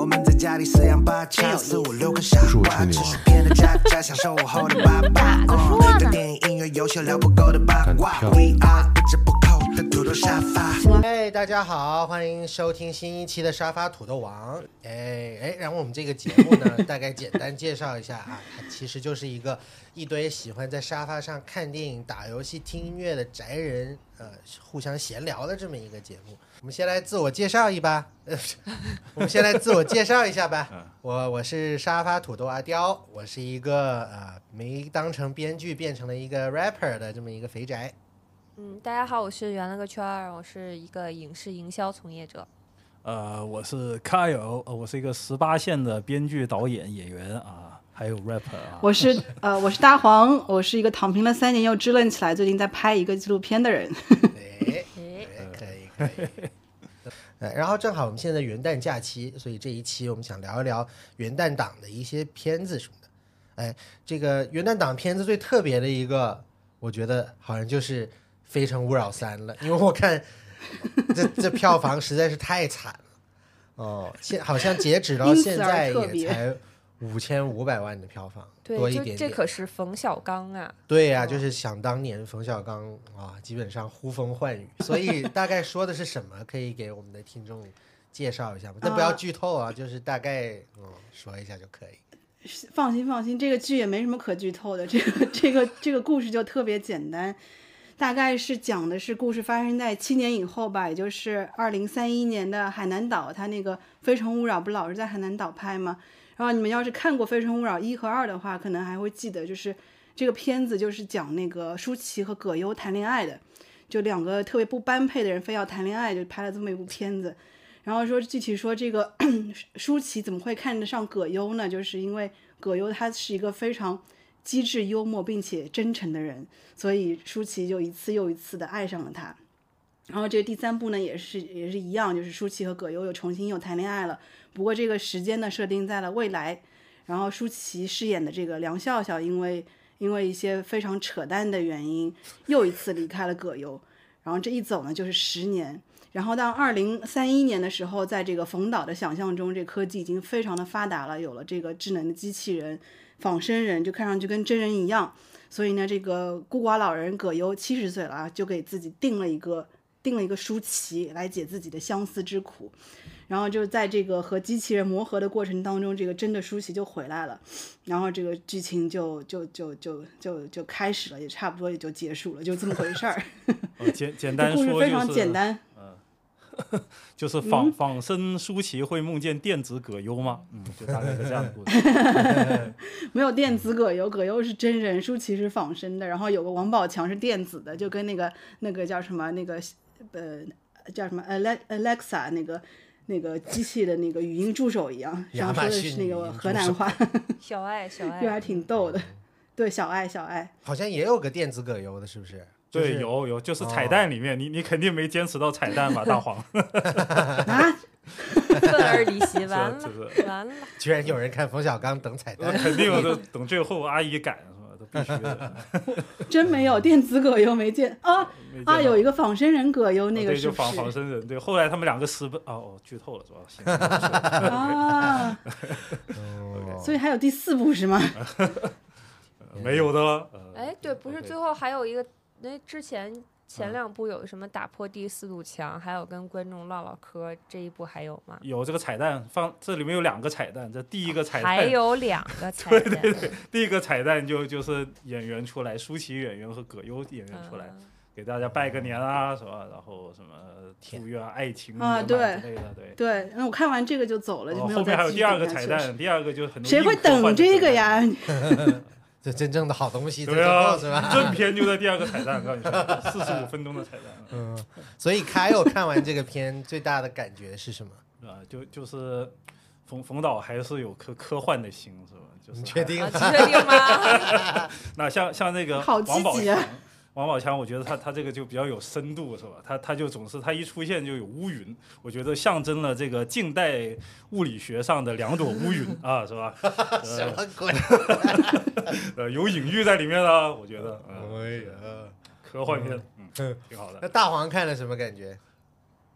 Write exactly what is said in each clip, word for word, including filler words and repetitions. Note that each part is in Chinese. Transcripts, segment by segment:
我们在家里四仰八叉，四五六个傻瓜，吃薯片的家家享受午后的八卦，对电影音乐游戏聊不够的八卦。We are 不折不扣的土豆沙发。 哎，大家好，欢迎收听新一期的沙发土豆王。哎哎，然后我们这个节目呢，大概简单介绍一下啊，它其实就是一个一堆喜欢在沙发上看电影、打游戏、听音乐的宅人，呃，互相闲聊的这么一个节目。我们先来自我介绍一吧，呃、我们先来自我介绍一下吧。我我是沙发土豆阿刁，我是一个呃没当成编剧变成了一个 rapper 的这么一个肥宅。 嗯，大家好，我是圆了个圈儿，我是一个影视营销从业者。 呃，我是 Kyle， 我是一个十八线的编剧、导演、演员啊，还有 rapper 啊。 我是呃，我是大黄，我是一个躺平了三年又支棱起来，最近在拍一个纪录片的人。 哎，可以可以。呃，然后正好我们现在元旦假期，所以这一期我们想聊一聊元旦档的一些片子什么的。哎，这个元旦档片子最特别的一个，我觉得好像就是《非诚勿扰三》了，因为我看这这票房实在是太惨了。哦，现好像截止到现在也才五千五百万的票房， 对， 多一点点。 这可是冯小刚啊！ 对呀、啊，就是想当年冯小刚啊，基本上呼风唤雨。所以大概说的是什么，可以给我们的听众介绍一下吗？但不要剧透啊，就是大概嗯说一下就可以。 放心放心，这个剧也没什么可剧透的，这个这个这个故事就特别简单。大概是讲的是故事发生在七年以后吧，也就是二零三一年的海南岛，它那个《非诚勿扰》不老是在海南岛拍吗？然后你们要是看过《非诚勿扰》一和二的话，可能还会记得，就是这个片子就是讲那个舒淇和葛优谈恋爱的，就两个特别不般配的人非要谈恋爱，就拍了这么一部片子。然后说具体说这个舒淇怎么会看得上葛优呢？就是因为葛优他是一个非常机智幽默并且真诚的人，所以舒淇就一次又一次的爱上了他。然后这个第三部呢也是也是一样，就是舒淇和葛优又重新又谈恋爱了，不过这个时间呢设定在了未来。然后舒淇饰演的这个梁笑笑因为因为一些非常扯淡的原因又一次离开了葛优，然后这一走呢就是十年。然后到二零三一年的时候，在这个冯导的想象中，这科技已经非常的发达了，有了这个智能的机器人仿生人，就看上去跟真人一样。所以呢这个孤寡老人葛优七十岁了，就给自己定了一个定了一个舒淇来解自己的相思之苦。然后就在这个和机器人磨合的过程当中，这个真的舒淇就回来了，然后这个剧情就就就就就就开始了，也差不多也就结束了，就这么回事儿。 哦、简简单说、就是、 故事非常简单。 就是仿、嗯、仿生舒淇会梦见电子葛优吗？嗯，就大概是这样的故事。 没有电子葛优，葛优是真人，舒淇是仿生的。然后有个王宝强是电子的，就跟那个那个叫什么那个呃叫什么 Alexa 那个那个机器的那个语音助手一样。然后说的是那个河南话。 小爱小爱， 这还挺逗的。对，小爱小爱， 好像也有个电子葛优的，是不是？ 对，就是、有有，就是彩蛋里面，哦、你你肯定没坚持到彩蛋吧，大黄？ 啊， 愤而离席，完了，就是完了， 居然有人看冯小刚等彩蛋， 肯定的，等最后阿姨赶是吧？都必须的。 真没有电子葛优没见啊啊，有一个仿生人葛优，那个是不是？对，就仿仿生人，对，后来他们两个私奔，哦哦，剧透了是吧？ 啊，所以还有第四部是吗？ 没有的了。 哎，对，不是最后还有一个。那之前前两部有什么打破第四堵墙、嗯、还有跟观众唠唠嗑，这一部还有吗？ 有这个彩蛋放，这里面有两个彩蛋，这第一个彩蛋还有两个彩蛋。 对对对，第一个彩蛋就就是演员出来，舒淇演员和葛优演员出来、嗯、给大家拜个年啊什么，然后什么祝愿爱情啊对之类的，对对。那我看完这个就走了，就没有再继续。 后面还有第二个彩蛋，第二个就很多谁会等这个呀？ 这真正的好东西在最后是吧？ 正片就在第二个彩蛋，告诉你说，四十五分钟的彩蛋。 嗯，所以凯友看完这个片最大的感觉是什么？ 啊，就就是冯冯导还是有颗科幻的心，是吧？就是你确定？ 啊、确定吗？ 那像像那个好积极啊。 王宝强，我觉得他他这个就比较有深度，是吧？他他就总是他一出现就有乌云，我觉得象征了这个近代物理学上的两朵乌云啊，是吧？ 什么鬼？ 呃，有隐喻在里面了，我觉得。 哎呀， 科幻片，嗯，挺好的。 那大黄看了什么感觉？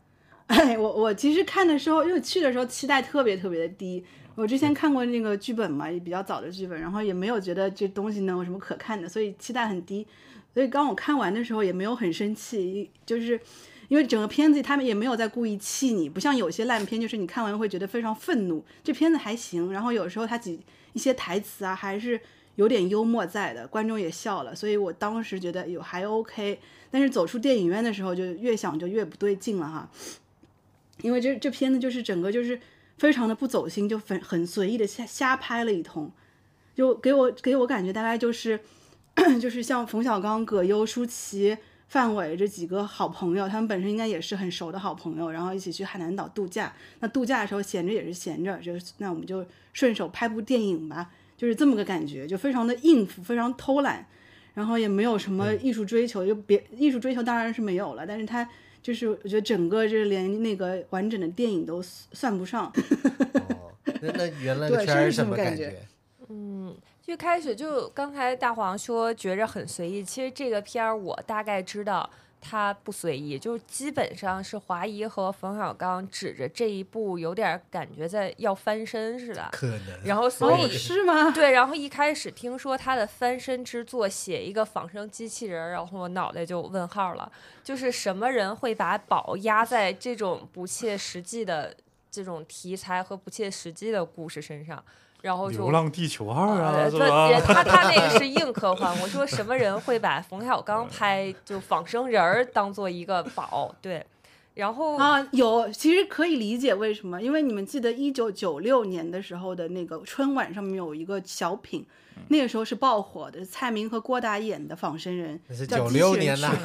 哎，我我其实看的时候，因为去的时候期待特别特别的低。我之前看过那个剧本嘛，也比较早的剧本，然后也没有觉得这东西能有什么可看的，所以期待很低。所以刚我看完的时候也没有很生气，就是因为整个片子他们也没有在故意气你，不像有些烂片，就是你看完会觉得非常愤怒。这片子还行，然后有时候它几一些台词啊还是有点幽默在的，观众也笑了，所以我当时觉得有还 OK。但是走出电影院的时候，就越想就越不对劲了哈，因为这这片子就是整个就是非常的不走心，就很很随意的瞎瞎拍了一通，就给我给我感觉大概就是就是像冯小刚、葛优、舒淇、范伟这几个好朋友，他们本身应该也是很熟的好朋友，然后一起去海南岛度假。那度假的时候闲着也是闲着，就那我们就顺手拍部电影吧，就是这么个感觉，就非常的应付，非常偷懒。然后也没有什么艺术追求，就别艺术追求当然是没有了，但是他就是我觉得整个就是连那个完整的电影都算不上。 哦，那那圆了个圈是什么感觉？ 嗯，最开始就刚才大黄说觉着很随意，其实这个片儿我大概知道他不随意，就基本上是华谊和冯小刚指着这一部有点感觉在要翻身似的， 可能。 然后所以、 哦、是吗？ 对，然后一开始听说他的翻身之作写一个仿生机器人，然后我脑袋就问号了，就是什么人会把宝压在这种不切实际的这种题材和不切实际的故事身上？然后就流浪地球二啊， 呃、 是吧？ 他他那个是硬科幻。我说什么人会把冯小刚拍就仿生人儿当做一个宝？对，然后啊，有其实可以理解为什么，因为你们记得一九九六年的时候的那个春晚上面有一个小品，嗯、那个时候是爆火的，蔡明和郭达演的仿生人， 那是九六年了。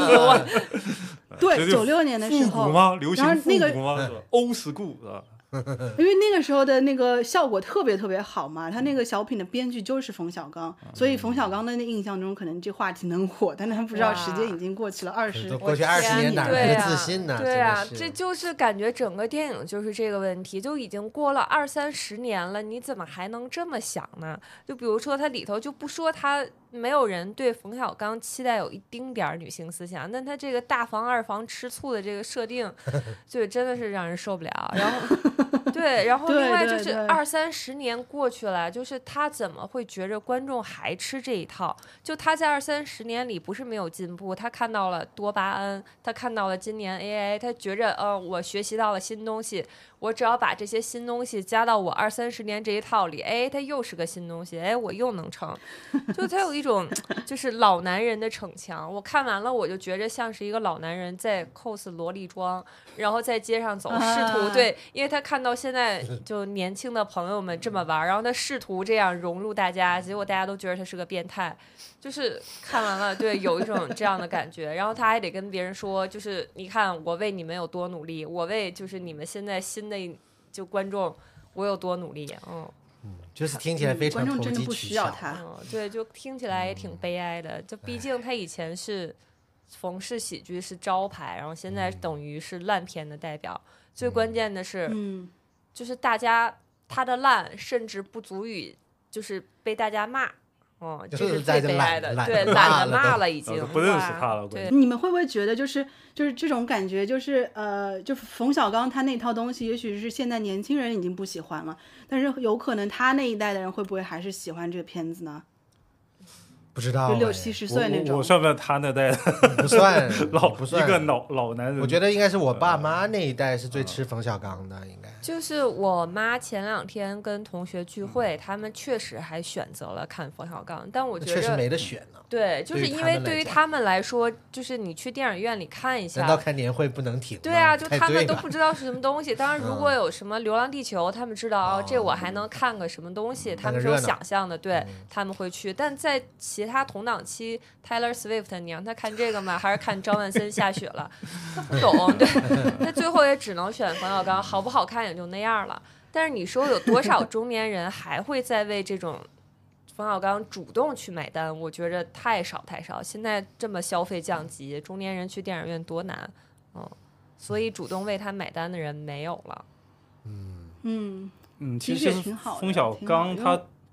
对，九六年的时候复古吗？流行复古吗？是吧？欧式故是吧？ 因为那个时候的那个效果特别特别好嘛，他那个小品的编剧就是冯小刚，所以冯小刚的那印象中可能这话题能火，但是他不知道时间已经过去了二十， 过去二十年哪来的自信呢？ 对啊， 这这就是感觉整个电影就是这个问题，就已经过了二三十年了，你怎么还能这么想呢？就比如说它里头就不说他。没有人对冯小刚期待有一丁点儿女性思想，但他这个大房二房吃醋的这个设定，就真的是让人受不了。然后，对，然后另外就是二三十年过去了，就是他怎么会觉着观众还吃这一套？就他在二三十年里不是没有进步，他看到了多巴胺，他看到了今年 A I， 他觉着，呃，我学习到了新东西。我只要把这些新东西加到我二三十年这一套里，哎，它又是个新东西，哎，我又能成，就它有一种就是老男人的逞强。我看完了，我就觉着像是一个老男人在 cos 萝莉装，然后在街上走，试图对，因为他看到现在就年轻的朋友们这么玩，然后他试图这样融入大家，结果大家都觉得他是个变态。就是看完了，对，有一种这样的感觉，然后他还得跟别人说，就是你看我为你们有多努力，我为就是你们现在新的就观众我有多努力，嗯， 嗯，就是听起来非常投机取巧， 嗯，对，就听起来也挺悲哀的，就毕竟他以前是冯氏喜剧是招牌，然后现在等于是烂片的代表，最关键的是， 嗯， 就是大家他的烂甚至不足以就是被大家骂。哦，这是最悲哀的，对，懒得骂了，已经不认识他了。 对， 你们会不会觉得就是就是这种感觉，就是呃，就冯小刚他那套东西，也许是现在年轻人已经不喜欢了，但是有可能他那一代的人会不会还是喜欢这个片子呢？ 不知道， 就六七十岁那种。 我, 我算不算他那代？ 不算， 老不算一个老老男人。 我觉得应该是我爸妈那一代是最吃冯小刚的，应该。 就是我妈前两天跟同学聚会，他们确实还选择了看冯小刚，但我觉得确实没得选呢。 对，就是因为对于他们来说，就是你去电影院里看一下， 难道看年会不能停吗？ 对啊，就他们都不知道是什么东西。当然，如果有什么《流浪地球》，他们知道哦，这我还能看个什么东西，他们是有想象的，对，他们会去。但在其他同档期 ，Taylor Swift， 你让他看这个吗？还是看张万森下雪了？他不懂，对，他最后也只能选冯小刚，好不好看也就那样了。但是你说有多少中年人还会再为这种冯小刚主动去买单？我觉着太少太少。现在这么消费降级，中年人去电影院多难，嗯，所以主动为他买单的人没有了。 嗯嗯嗯，其实冯小刚他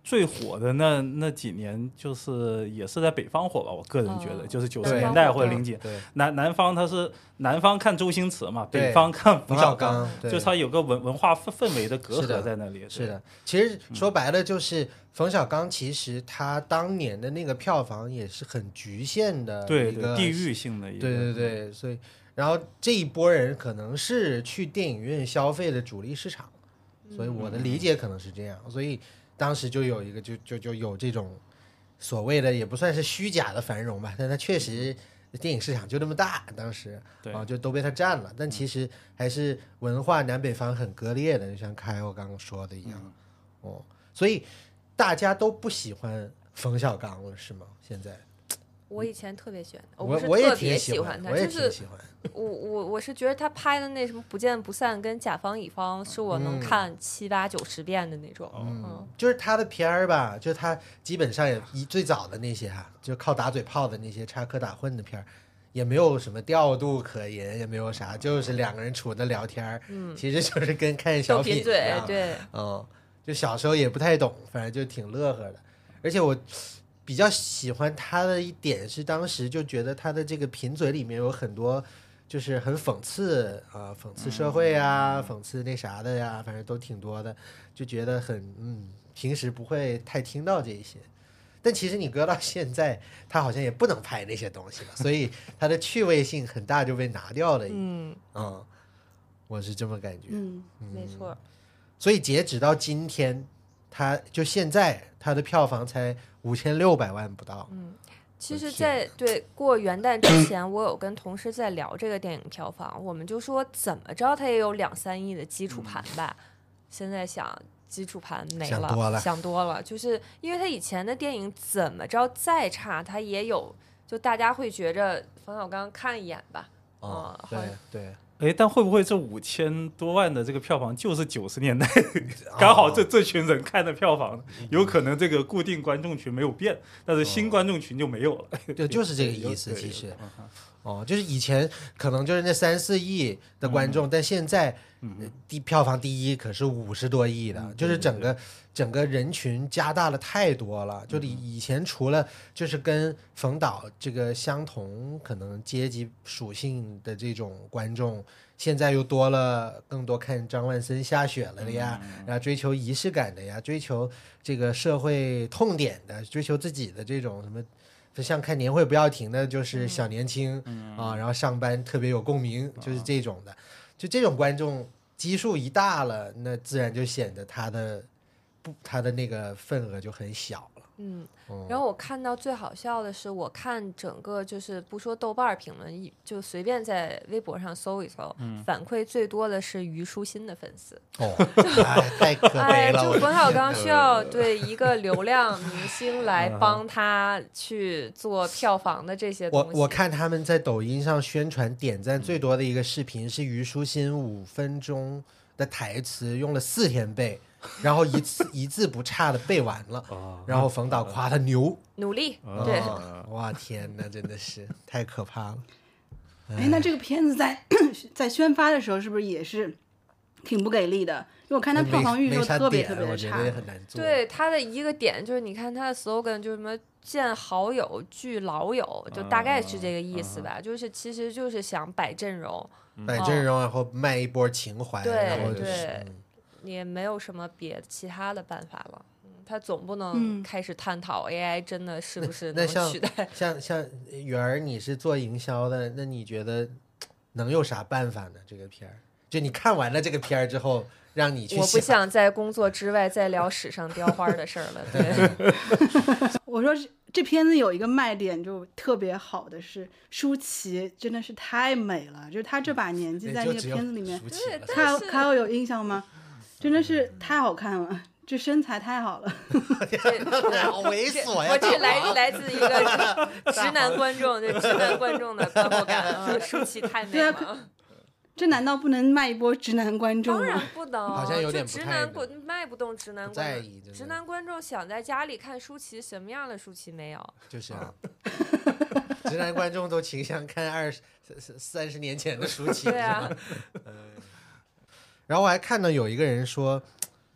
最火的那那几年，就是也是在北方火吧，我个人觉得， 哦就是九十年代或者零几，南南方它是南方看周星驰嘛，北方看冯小刚，就它有个文文化氛氛围的隔阂在那里。 是的，其实说白了就是冯小刚，其实他当年的那个票房也是很局限的， 对对，地域性的一个， 对对对，所以然后这一波人可能是去电影院消费的主力市场，所以我的理解可能是这样，所以。当时就有一个就就就有这种所谓的也不算是虚假的繁荣吧，但它确实电影市场就那么大，当时啊就都被它占了。但其实还是文化南北方很割裂的，就像开我刚刚说的一样，嗯、哦，所以大家都不喜欢冯小刚了，是吗？现在我以前特别喜欢， 我不是我也特别挺喜欢他， 我也就是挺喜欢。 我我我是觉得他拍的那什么不见不散跟甲方乙方是我能看七八九十遍的那种。 嗯， 嗯就是他的片儿吧，就他基本上也一最早的那些哈、啊，就靠打嘴炮的那些插科打诨的片儿，也没有什么调度可言，也没有啥，就是两个人杵着聊天儿， 嗯， 其实就是跟看小品一嘴样。 对， 嗯，就小时候也不太懂，反正就挺乐呵的。而且我比较喜欢他的一点是，当时就觉得他的这个贫嘴里面有很多。就是很讽刺啊、呃，讽刺社会啊、嗯，讽刺那啥的呀，反正都挺多的，就觉得很嗯，平时不会太听到这一些。但其实你搁到现在，他好像也不能拍那些东西了，所以他的趣味性很大就被拿掉了。 嗯嗯，我是这么感觉。 嗯，嗯没错。 所以截止到今天，他就现在他的票房才五千六百万不到。 嗯。其实在，在对过元旦之前，我有跟同事在聊这个电影票房，我们就说怎么着它也有两三亿的基础盘吧。嗯、现在想基础盘没了， 想多了， 想多了，就是因为他以前的电影怎么着再差，他也有，就大家会觉着冯小刚看一眼吧。 哦，嗯、对对。 哎，但会不会这五千多万的这个票房就是九十年代刚好这、哦、这群人看的票房？有可能这个固定观众群没有变，但是新观众群就没有了。 对，就是这个意思。其实，哦，就是以前可能就是那三四亿的观众，嗯、但现在第、嗯、票房第一可是五十多亿的，嗯、就是整个整个人群加大了太多了。就以前除了就是跟冯导这个相同可能阶级属性的这种观众。现在又多了更多看张万森下雪了的呀，然后追求仪式感的呀，追求这个社会痛点的，追求自己的这种什么，像看年会不要停的，就是小年轻、嗯、啊，然后上班特别有共鸣，就是这种的，就这种观众基数一大了，那自然就显得他的不他的那个份额就很小了。 嗯，然后我看到最好笑的是，我看整个就是不说豆瓣评论，就随便在微博上搜一搜，嗯、反馈最多的是虞书欣的粉丝。 哦，哎、太可悲了！ 哎、就冯小刚需要对一个流量明星来帮他去做票房的这些东西。 我我看他们在抖音上宣传点赞最多的一个视频是虞书欣五分钟的台词用了四天背。然后一次一字不差的背完了，然后冯导夸他牛， 努力，对， 哦、哇天哪，真的是太可怕了。 哎，那这个片子在在宣发的时候是不是也是挺不给力的？因为我看他票房预售特别特别的差， 对他的一个点就是，你看他的 slogan 就是什么见好友聚老友，就大概是这个意思吧，就是其实就是想摆阵容， 摆阵容，然后卖一波情怀， 对然后、就是、 对。嗯也没有什么别其他的办法了，嗯，他总不能开始探讨 A I 真的是不是能取代。 嗯、像像圆儿，你是做营销的，那你觉得能有啥办法呢？这个片儿，就你看完了这个片儿之后，让你去想。 我不想在工作之外再聊史上雕花的事儿了。对， 我说这片子有一个卖点就特别好的是舒淇真的是太美了，就是她这把年纪在那个片子里面，卡卡欧有印象吗？真的是太好看了，这身材太好了， 好猥琐呀！ 我这来来自一个直男观众，对直男观众的观后感啊，舒淇太美了。啊、 这难道不能卖一波直男观众吗？ 当然不能， 好像有点不太直男观卖不动直男观众。 直男观众想在家里看舒淇，什么样的舒淇没有？ 就是啊，直男观众都倾向看二十三十年前的舒淇。 对啊。 然后我还看到有一个人说，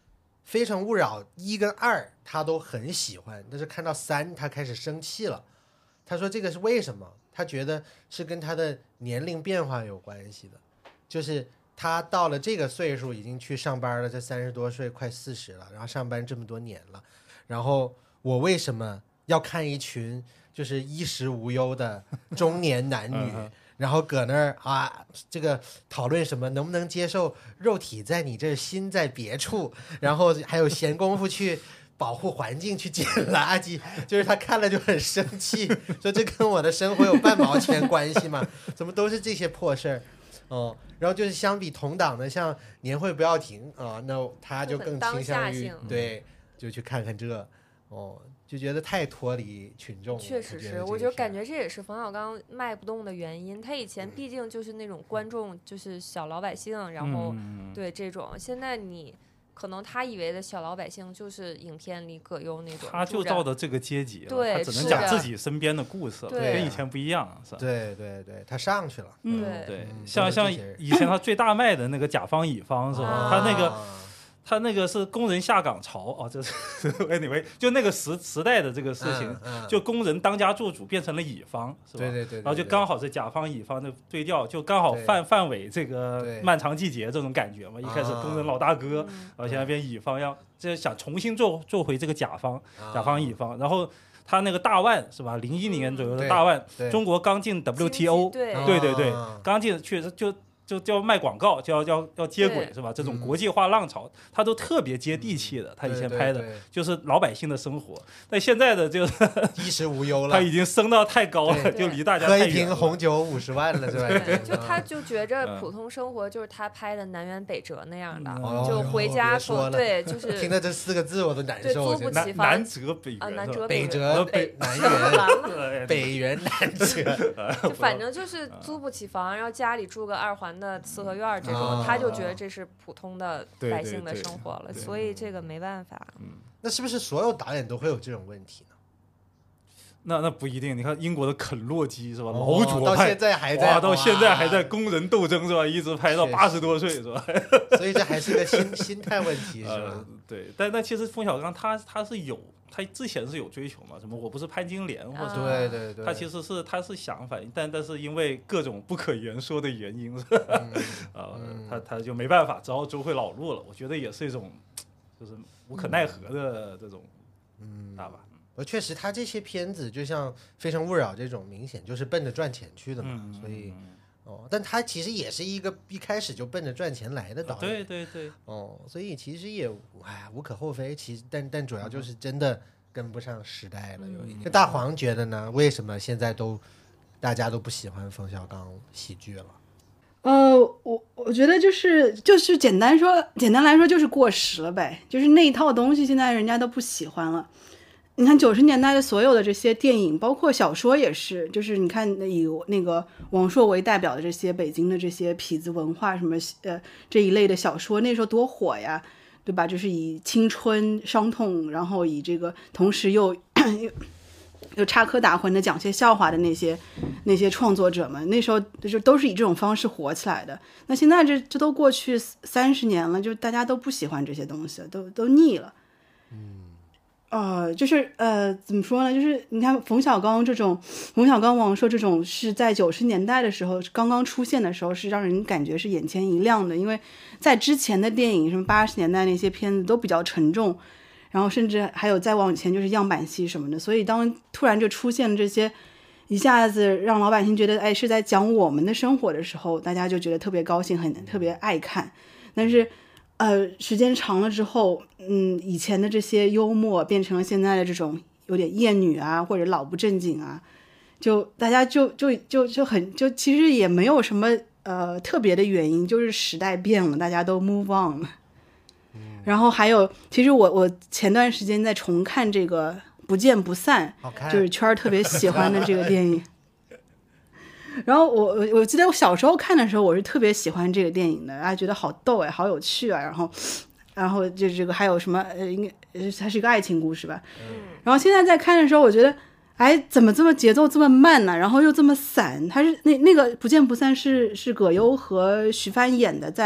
非诚勿扰》一跟二他都很喜欢，但是看到三他开始生气了。他说这个是为什么？他觉得是跟他的年龄变化有关系的，就是他到了这个岁数已经去上班了，这三十多岁快四十了，然后上班这么多年了，然后我为什么要看一群就是衣食无忧的中年男女然后搁那儿啊，这个讨论什么能不能接受肉体在你这儿心在别处，然后还有闲工夫去保护环境去捡垃圾，就是他看了就很生气，说这跟我的生活有半毛钱关系吗？怎么都是这些破事儿？哦、嗯，然后就是相比同党的像年会不要停啊，那他就更倾向于对，就去看看这哦。就觉得太脱离群众了。 确实是，我就感觉这也是冯小刚卖不动的原因。他以前毕竟就是那种观众，就是小老百姓，然后、嗯、对这种，现在你可能他以为的小老百姓就是影片里葛优那种， 他就到的这个阶级了， 对， 他只能讲自己身边的故事了，跟以前不一样，是吧？ 对对对，他上去了， 嗯、 对， 嗯、 像像以前他最大卖的那个甲方乙方是吧？啊、他那个。他那个是工人下岗潮啊，这是 anyway 就那个时时代的这个事情， 嗯嗯、 就工人当家做主变成了乙方，是吧？ 对对 对, 对, 对。 然后就刚好是甲方乙方的对调，就刚好范范伟这个漫长季节这种感觉嘛。一开始工人老大哥，啊、然后现在变乙方，要这想重新做做回这个甲方， 啊、 甲方乙方，然后。他那个大万是吧？零一年左右的大万，中国刚进 W T O， 对对对对，刚进去就。就就要卖广告，就要要要接轨是吧？这种国际化浪潮，他都特别接地气的。他以前拍的就是老百姓的生活，但现在的就是衣食无忧了。 他已经升到太高了，就离大家太远了。 喝一瓶红酒五十万了是吧？ 对，就他就觉着普通生活就是他拍的南辕北辙那样的， 嗯、 就回家从对，就是听到这四个字我都难受。 租不起房， 南辙北啊，南辙北辙北南辕，北辕南辙。 就反正就是租不起房，然后家里住个二环的四合院。这种他就觉得这是普通的百姓的生活了， 对对对对， 所以这个没办法。 嗯， 那是不是所有导演都会有这种问题呢？ 那那不一定，你看英国的肯洛基是吧？ 哦、 老左派， 到现在还在， 到现在还在工人斗争是吧？一直拍到八十多岁是吧？ 所以这还是个心心态问题是吧？ 呃、对，但但其实冯小刚他他是有。他之前是有追求嘛？什么我不是潘金莲，或者对对对， 他其实是他是想反映，但但是因为各种不可言说的原因， 嗯、 呃，他他就没办法，只好走回老路了。我觉得也是一种就是无可奈何的这种， 嗯， 大吧。 呃，确实，他这些片子就像《非诚勿扰》这种，明显就是奔着赚钱去的嘛， 嗯、 所以。哦，但他其实也是一个一开始就奔着赚钱来的导演， 对对对， 哦，所以其实也哎无可厚非，其实但但主要就是真的跟不上时代了，有一点。那大黄觉得呢？为什么现在都大家都不喜欢冯小刚喜剧了？ 呃，我我觉得就是就是简单说，简单来说就是过时了呗，就是那一套东西现在人家都不喜欢了。你看九十年代的所有的这些电影，包括小说也是，就是你看以那个王朔为代表的这些北京的这些痞子文化什么呃这一类的小说，那时候多火呀，对吧？就是以青春伤痛，然后以这个同时又又又插科打诨的讲些笑话的那些那些创作者们，那时候就都是以这种方式火起来的。那现在这这都过去三十年了，就大家都不喜欢这些东西，都都腻了。 嗯。 呃，就是呃，怎么说呢？就是你看冯小刚这种，冯小刚、王朔这种，是在九十年代的时候刚刚出现的时候，是让人感觉是眼前一亮的。因为在之前的电影，什么八十年代那些片子都比较沉重，然后甚至还有再往前就是样板戏什么的。所以当突然就出现了这些，一下子让老百姓觉得哎是在讲我们的生活的时候，大家就觉得特别高兴，很特别爱看。但是。呃，时间长了之后，嗯，以前的这些幽默变成了现在的这种有点厌女啊，或者老不正经啊，就大家就就就就很就其实也没有什么呃特别的原因，就是时代变了，大家都 move on 了。嗯、然后还有，其实我我前段时间在重看这个《不见不散》，就是圈儿特别喜欢的这个电影。然后我我我记得我小时候看的时候，我是特别喜欢这个电影的，啊，觉得好逗哎，好有趣啊。然后，然后就这个还有什么呃，应该它是一个爱情故事吧。嗯。然后现在在看的时候，我觉得，哎，怎么这么节奏这么慢呢？然后又这么散。它是那那个不见不散是是葛优和徐帆演的，在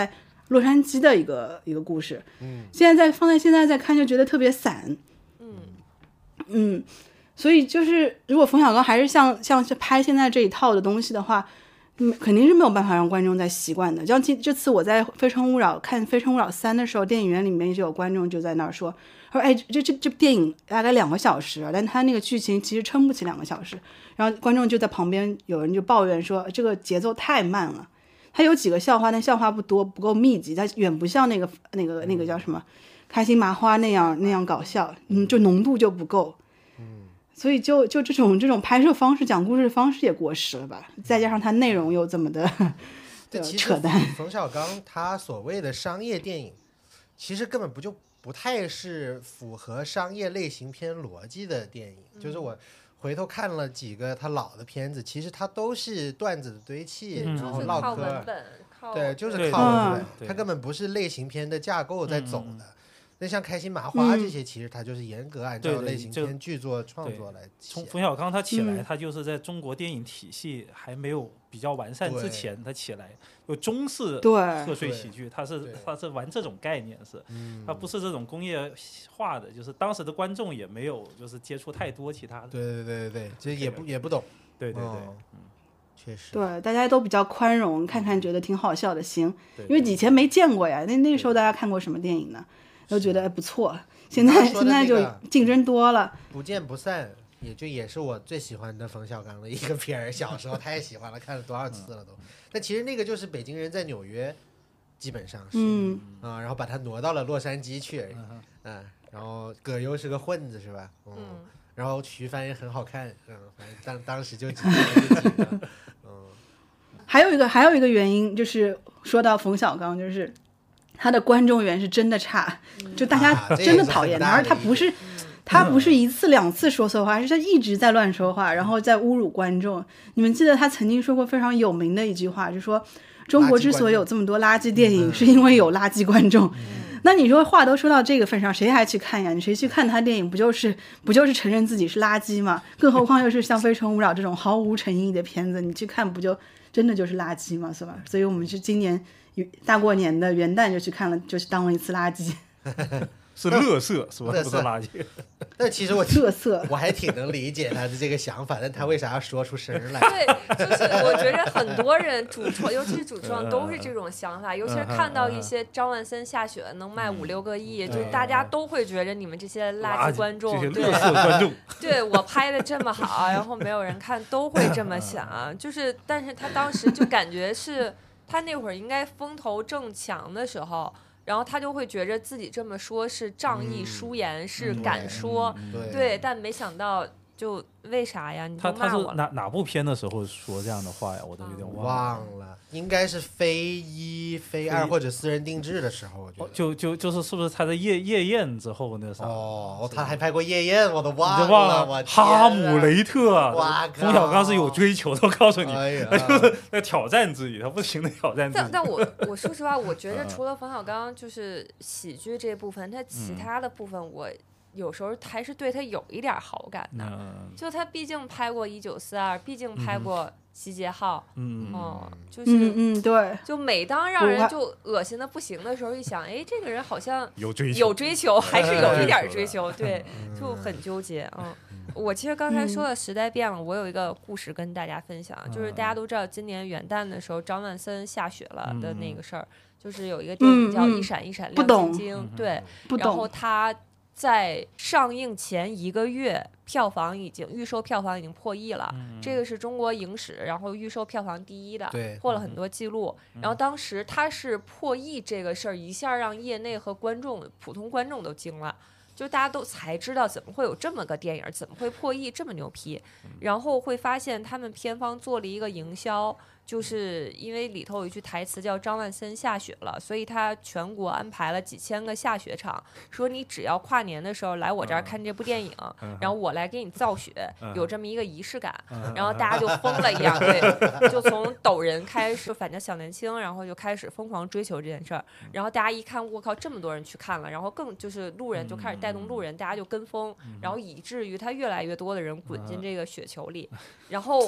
洛杉矶的一个一个故事。 嗯， 现在在放在现在再看就觉得特别散。 嗯嗯，所以就是如果冯小刚还是像像是拍现在这一套的东西的话，嗯，肯定是没有办法让观众再习惯的。像这这次我在《非诚勿扰》看《非诚勿扰三》的时候，电影院里面就有观众就在那儿说说，哎，这这这电影大概两个小时，但他那个剧情其实撑不起两个小时。然后观众就在旁边，有人就抱怨说这个节奏太慢了。他有几个笑话，但笑话不多，不够密集，他远不像那个那个那个叫什么开心麻花那样那样搞笑，嗯，就浓度就不够。所以就就这种这种拍摄方式、讲故事的方式也过时了吧？再加上它内容又这么的扯淡。 冯小刚他所谓的商业电影，其实根本不就不太是符合商业类型片逻辑的电影。嗯、就是我回头看了几个他老的片子，其实他都是段子的堆砌， 嗯、 然后唠嗑。 文本靠对，就是靠文本， 嗯、 他根本不是类型片的架构在走的。嗯那像开心麻花这些，其实它就是严格按照类型片剧作创作来写。 从冯小刚他起来，他就是在中国电影体系还没有比较完善之前，他起来有中式贺岁喜剧，他是他是玩这种概念，是，他不是这种工业化的，就是当时的观众也没有就是接触太多其他的。 对对对对对，其实也不也不懂。 对对对， 嗯，确实。 对，大家都比较宽容，看看觉得挺好笑的，行，因为以前没见过呀。那那时候大家看过什么电影呢？都觉得不错，现在现在就竞争多了。 不见不散，也就也是我最喜欢的冯小刚的一个片儿，小时候太喜欢了，看了多少次了都。但其实那个就是北京人在纽约，基本上是， 嗯啊，然后把它挪到了洛杉矶去而已，嗯，然后葛优是个混子是吧？嗯，然后徐帆也很好看，嗯，反正当当时就几个，嗯。 还有一个还有一个原因就是说到冯小刚，就是。他的观众缘是真的差，就大家真的讨厌他，而他不是，他不是一次两次说错话，是他一直在乱说话，然后在侮辱观众。你们记得他曾经说过非常有名的一句话，就说中国之所以有这么多垃圾电影，是因为有垃圾观众。那你说话都说到这个份上，谁还去看呀？你谁去看他电影，不就是不就是承认自己是垃圾吗？更何况又是像《非诚勿扰》这种毫无诚意的片子，你去看不就真的就是垃圾吗？是吧？所以我们是今年大过年的元旦就去看了，就是当了一次垃圾。 是垃圾是吧？不是垃圾。 但其实我垃圾， 我还挺能理解他的这个想法，但他为啥要说出声来？ 对，就是我觉得很多人主创，尤其是主创都是这种想法，尤其是看到一些张万森下雪能卖五六个亿，就大家都会觉得你们这些垃圾观众， 这些垃圾观众， 对我拍的这么好，然后没有人看，都会这么想。就是，但是他当时就感觉是他那会儿应该风头正强的时候。然后他就会觉着自己这么说是仗义疏言，嗯、是敢说， 嗯、对, 对，但没想到就为啥呀？你他他是哪哪部片的时候说这样的话呀？我都有点忘了， 忘了应该是非一、非二或者私人定制的时候，我觉得、 哦、就就就是是不是他在夜夜宴之后那啥？ 哦，他还拍过夜宴，我都忘了， 你忘了我哈姆雷特，冯小刚是有追求的，我告诉你， 哎、 他就是在挑战自己，他不行的挑战自己。 但但我我说实话，我觉得除了冯小刚就是喜剧这部分，他其他的部分我。有时候还是对他有一点好感的，嗯、就他毕竟拍过一九四二，毕竟拍过《集结号》， 嗯哦、嗯，就是嗯嗯对， 就每当让人就恶心的不行的时候，一想，哎，这个人好像有追求， 有追求，还是有一点追求，对，就很纠结啊。嗯，我其实刚才说的时代变了，我有一个故事跟大家分享，就是大家都知道今年元旦的时候张万森下雪了的那个事儿，就是有一个电影叫《一闪一闪亮晶晶》，对，然后他。在上映前一个月，票房已经预售票房已经破亿了，嗯、这个是中国影史然后预售票房第一的，破了很多记录。嗯、然后当时他是破亿这个事儿，一下让业内和观众、普通观众都惊了，就大家都才知道怎么会有这么个电影，怎么会破亿这么牛批。然后会发现他们片方做了一个营销。就是因为里头有一句台词叫张万森下雪了，所以他全国安排了几千个下雪场，说你只要跨年的时候来我这儿看这部电影，嗯、然后我来给你造雪，嗯、有这么一个仪式感，嗯、然后大家就疯了一样，对，就从抖人开始，反正小年轻，然后就开始疯狂追求这件事儿，然后大家一看，我靠，这么多人去看了，然后更就是路人就开始带动路人，大家就跟风，然后以至于他越来越多的人滚进这个雪球里，然后。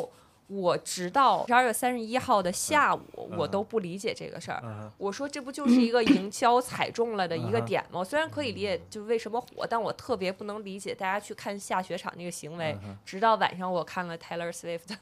我直到十二月三十一号的下午，嗯、我都不理解这个事儿。嗯、我说这不就是一个营销踩中了的一个点吗？嗯、虽然可以理解就为什么火，但我特别不能理解大家去看下雪场这个行为。嗯、直到晚上我看了 Taylor Swift，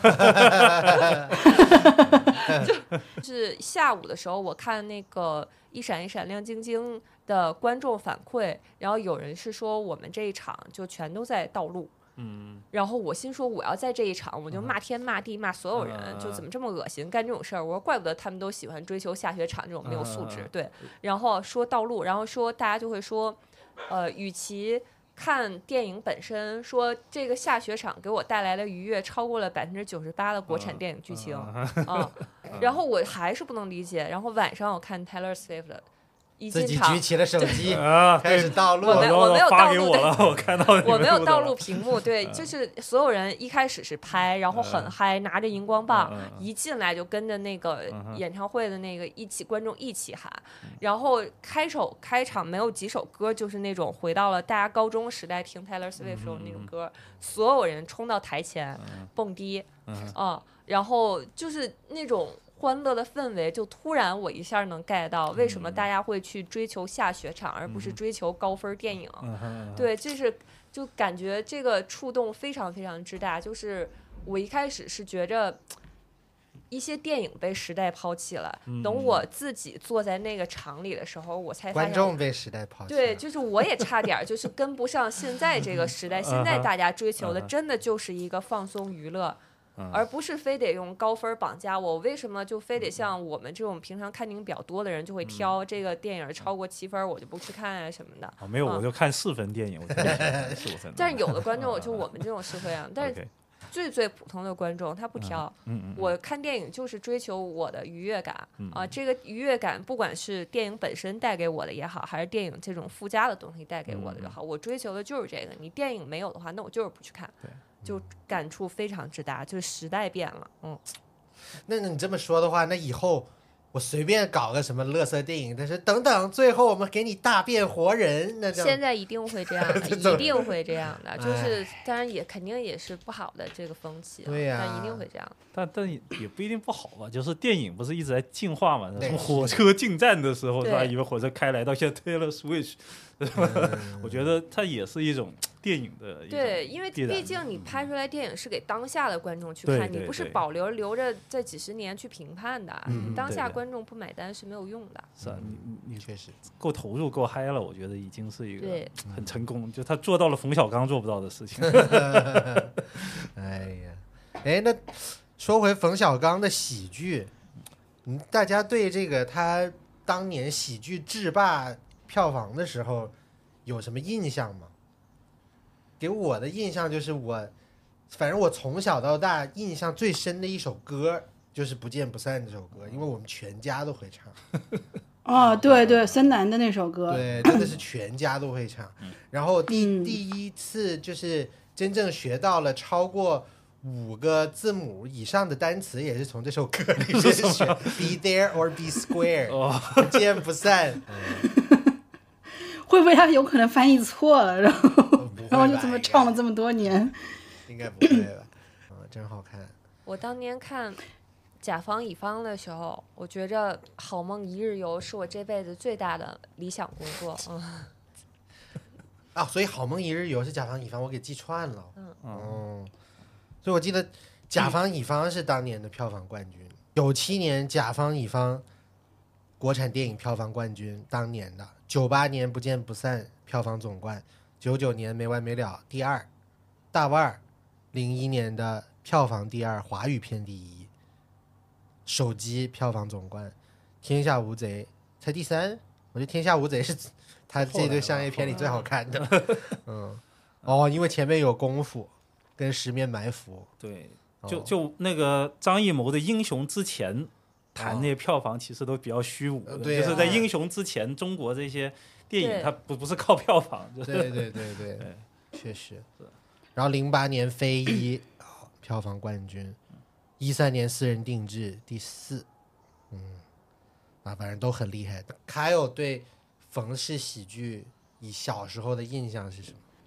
就是下午的时候我看那个一闪一闪亮晶晶的观众反馈，然后有人是说我们这一场就全都在道路。嗯，然后我心说我要在这一场我就骂天骂地骂所有人，嗯、就怎么这么恶心干这种事儿。我说怪不得他们都喜欢追求下雪场这种没有素质。嗯、对，然后说道路，然后说大家就会说，呃，与其看电影本身，说这个下雪场给我带来的愉悦超过了百分之九十八的国产电影剧情啊、嗯嗯嗯。然后我还是不能理解。然后晚上我看 Taylor Swift 的。 自己举起了手机，开始道路。 我没我没有道路的，我看到我没有道路屏幕。对，就是所有人一开始是拍，然后很嗨，拿着荧光棒，一进来就跟着那个演唱会的那个一起观众一起喊。然后开首开场没有几首歌，就是那种回到了大家高中时代听 Taylor Swift 时候那种歌，所有人冲到台前蹦迪，啊，然后就是那种。欢乐的氛围就突然我一下能 get 到为什么大家会去追求下雪场、嗯、而不是追求高分电影、嗯、对，就是就感觉这个触动非常非常之大。就是我一开始是觉着一些电影被时代抛弃了、嗯、等我自己坐在那个场里的时候我才发现观众被时代抛弃了。 对，就是我也差点就是跟不上现在这个时代现在大家追求的真的就是一个放松娱乐，而不是非得用高分绑架我。为什么就非得像我们这种平常看电影比较多的人就会挑这个电影超过七分我就不去看啊什么的、 啊、没有、嗯、我就看四分电影我但是有的观众就我们这种是会啊但是最最普通的观众他不挑、嗯嗯、我看电影就是追求我的愉悦感、嗯、啊，这个愉悦感不管是电影本身带给我的也好，还是电影这种附加的东西带给我的也好、嗯、我追求的就是这个。你电影没有的话那我就是不去看。对，就感触非常之大，就是时代变了。嗯， 那你这么说的话，那以后我随便搞个什么垃圾电影，但是等等，最后我们给你大变活人，那现在一定会这样的，一定会这样的，就是当然也肯定也是不好的这个风气、啊， 对呀、 啊，但一定会这样。 但但也不一定不好吧，就是电影不是一直在进化嘛？从火车进站的时候，是吧？以为火车开来，到现在 Taylor Switch，、嗯、我觉得它也是一种。电影的对，因为毕竟你拍出来电影是给当下的观众去看，你不是保留留着这几十年去评判的、嗯、当下观众不买单是没有用的。 是啊，你你确实够投入够嗨了，我觉得已经是一个很成功，就他做到了冯小刚做不到的事情。 哎呀，哎，那说回冯小刚的喜剧，嗯，大家对这个他当年喜剧制霸票房的时候有什么印象吗？给我的印象就是我反正我从小到大印象最深的一首歌就是不见不散这首歌，因为我们全家都会唱。 哦，对对，森南的那首歌， 对，真的是全家都会唱。然后第、嗯、第一次就是真正学到了超过五个字母以上的单词，也是从这首歌里面学。Be there or be square，、哦、不见不散。 嗯、会不会他有可能翻译错了，然后然后就这么唱了这么多年？ 应该不会吧？嗯，真好看。 我当年看甲方乙方的时候，我觉着好梦一日游是我这辈子最大的理想工作。嗯。 啊，所以好梦一日游是甲方乙方，我给记串了。嗯哦，所以我记得甲方乙方是当年的票房冠军，九七年甲方乙方国产电影票房冠军，当年的九八年不见不散票房总冠，九九年没完没了第二，大腕儿，零一年的票房第二，华语片第一，手机票房总冠，天下无贼才第三，我觉得天下无贼是他这对商业片里最好看的。嗯，哦，因为前面有功夫跟十面埋伏。 对，就就那个张艺谋的英雄之前谈那些票房其实都比较虚无的、哦啊、就是在英雄之前中国这些电影它不不是靠票房、就是、 对对对 对, 对确实。然后零八年非一、哦、票房冠军，一三年私人定制第四。嗯，啊，反正都很厉害。还有对冯氏喜剧以小时候的印象是什么？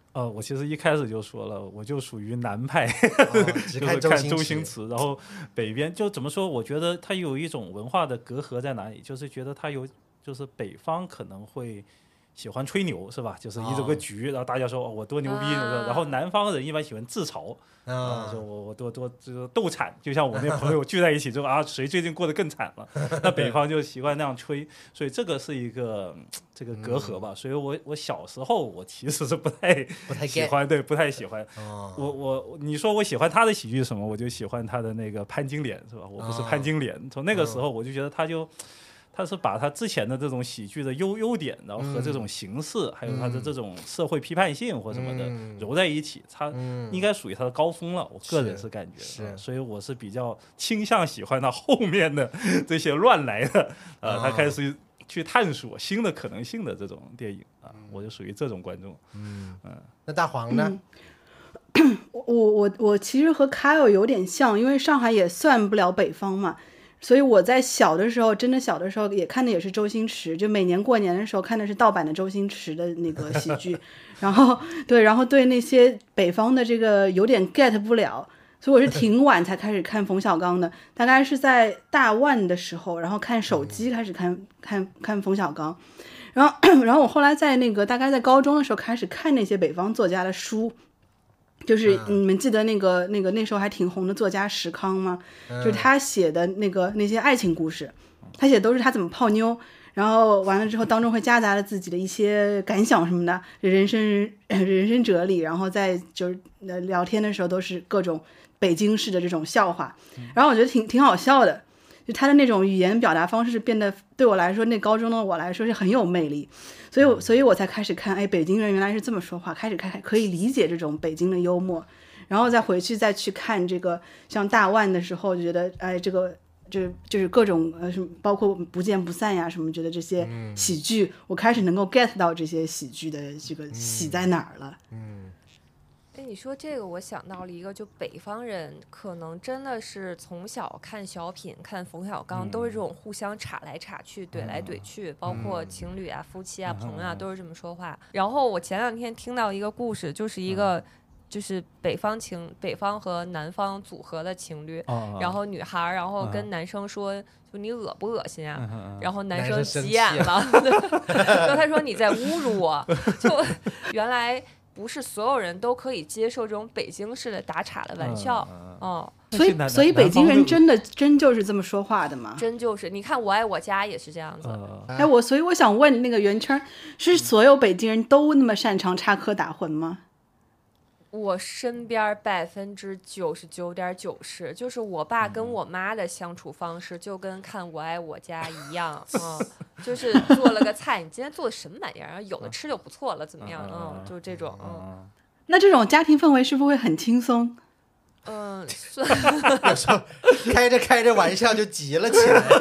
呃，我其实一开始就说了，我就属于南派， 哦、只看就是看周星驰。然后北边就怎么说？我觉得他有一种文化的隔阂在哪里，就是觉得他有，就是北方可能会喜欢吹牛，是吧？就是一整个局，哦、然后大家说、哦、我多牛逼，啊、然后南方人一般喜欢自嘲。啊，说我我多多这个斗惨，就像我那朋友聚在一起就啊，谁最近过得更惨了？那北方就习惯那样吹，所以这个是一个这个隔阂吧。嗯、所以我我小时候我其实是不太不太喜欢，对，不太喜欢。哦、我我你说我喜欢他的喜剧什么，我就喜欢他的那个潘金莲，是吧？我不是潘金莲，哦、从那个时候我就觉得他就。他是把他之前的这种喜剧的优优点，然后和这种形式，嗯、还有他的这种社会批判性或什么的、嗯、揉在一起，他应该属于他的高峰了。我个人是感觉， 是、 嗯，所以我是比较倾向喜欢他后面的这些乱来的，呃，他开始去探索新的可能性的这种电影啊，嗯、我就属于这种观众。 嗯嗯，那大黄呢？ 嗯、我我我其实和凯尔有点像，因为上海也算不了北方嘛。所以我在小的时候，真的小的时候也看的也是周星驰，就每年过年的时候看的是盗版的周星驰的那个喜剧，然后对，然后对那些北方的这个有点 get 不了，所以我是挺晚才开始看冯小刚的，大概是在大万的时候，然后看手机开始看看看冯小刚，然后然后我后来在那个大概在高中的时候开始看那些北方作家的书。就是你们记得那个那个那时候还挺红的作家石康吗？嗯、就是他写的那个那些爱情故事，他写的都是他怎么泡妞，然后完了之后当中会夹杂了自己的一些感想什么的，人生人生哲理，然后在就是聊天的时候都是各种北京市的这种笑话，然后我觉得挺挺好笑的。就他的那种语言表达方式变得对我来说，那高中的我来说是很有魅力，所以所以我才开始看，哎，北京人原来是这么说话，开始看可以理解这种北京的幽默，然后再回去再去看这个像大万的时候，就觉得哎，这个就就是各种呃什么，包括不见不散呀什么，觉得这些喜剧，嗯、我开始能够 get 到这些喜剧的这个喜在哪儿了， 嗯。嗯哎，你说这个，我想到了一个，就北方人可能真的是从小看小品、看冯小刚，嗯、都是这种互相插来插去、怼来怼去，嗯、包括情侣啊、夫妻啊、朋友啊，都是这么说话。然后我前两天听到一个故事，就是一个。就是北方情，北方和南方组合的情侣，哦、然后女孩，然后跟男生说，哦、就你恶不恶心啊？嗯、然后男生急眼了，然后他说你在侮辱我。就原来不是所有人都可以接受这种北京式的打岔的玩笑，嗯。哦所以，所以北京人真的真就是这么说话的吗？ 真就是，你看我爱我家也是这样子。 哎、呃，我所以我想问那个圆圈，是所有北京人都那么擅长插科打诨吗？ 我身边百分之九十九点九是，就是我爸跟我妈的相处方式就跟看我爱我家一样，嗯，就是做了个菜，你今天做的什么玩意儿？有的吃就不错了，怎么样？嗯，就是这种，嗯。 那这种家庭氛围是不是会很轻松？ 嗯， 有时候开着开着玩笑就急了起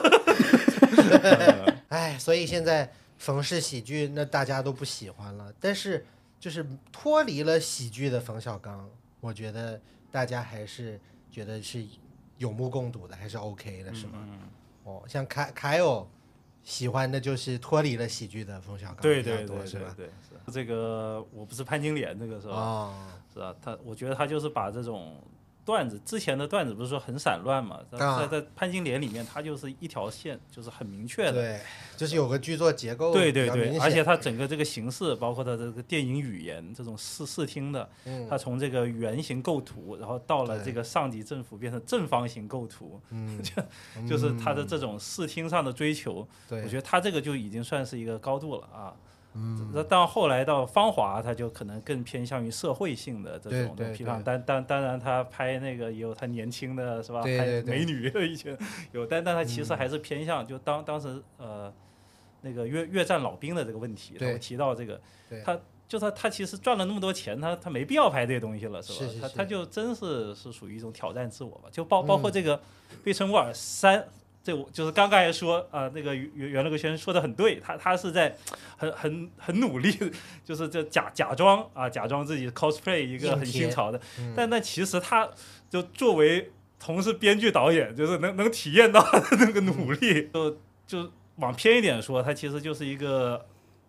来。哎，所以现在冯氏喜剧那大家都不喜欢了，但是。就是脱离了喜剧的冯小刚，我觉得大家还是觉得是有目共睹的，还是 OK 的，是吗？嗯、哦，像凯凯欧喜欢的就是脱离了喜剧的冯小刚， 对对对对对，是这个我不是潘金莲这个时候，哦、是吧？他我觉得他就是把这种。段子之前的段子不是说很散乱嘛，在在潘金莲里面，它就是一条线，就是很明确的， 对，就是有个剧作结构， 对对对，而且它整个这个形式，包括它这个电影语言，这种视视听的，嗯、它从这个圆形构图，然后到了这个上级政府变成正方形构图，嗯，就就是它的这种视听上的追求， 对、 嗯，我觉得它这个就已经算是一个高度了啊。嗯，那到后来到芳华，他就可能更偏向于社会性的这种批判，但当当然他拍那个也有他年轻的是吧， 对对对拍美女以前有，但但他其实还是偏向、嗯、就当当时呃那个越越战老兵的这个问题，他提到这个，他就他他其实赚了那么多钱，他他没必要拍这些东西了，是吧？ 是是是他他就真是是属于一种挑战自我吧，就包包括这个《贝城沃尔三》。这我就是刚刚才说啊、呃，那个袁袁乐个先生说的很对，他他是在很很很努力，就是这假假装啊，假装自己 cosplay 一个很新潮的，嗯、但但其实他就作为同是编剧导演，就是能能体验到那个努力，就就往偏一点说，他其实就是一个